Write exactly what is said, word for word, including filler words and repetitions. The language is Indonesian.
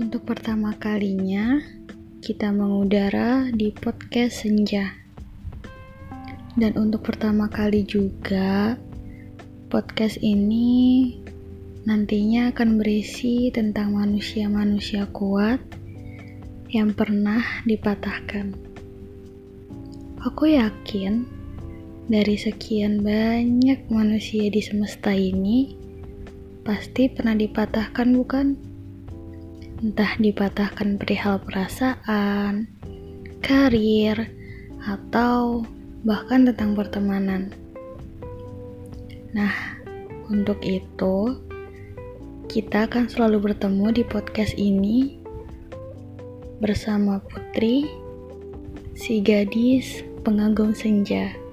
Untuk pertama kalinya, kita mengudara di podcast Senja. Dan untuk pertama kali juga, podcast ini nantinya akan berisi tentang manusia-manusia kuat yang pernah dipatahkan. Aku yakin dari sekian banyak manusia di semesta ini, pasti pernah dipatahkan, bukan? Entah dipatahkan perihal perasaan, karir, atau bahkan tentang pertemanan. Nah, untuk itu, kita akan selalu bertemu di podcast ini bersama Putri, si gadis pengagum senja.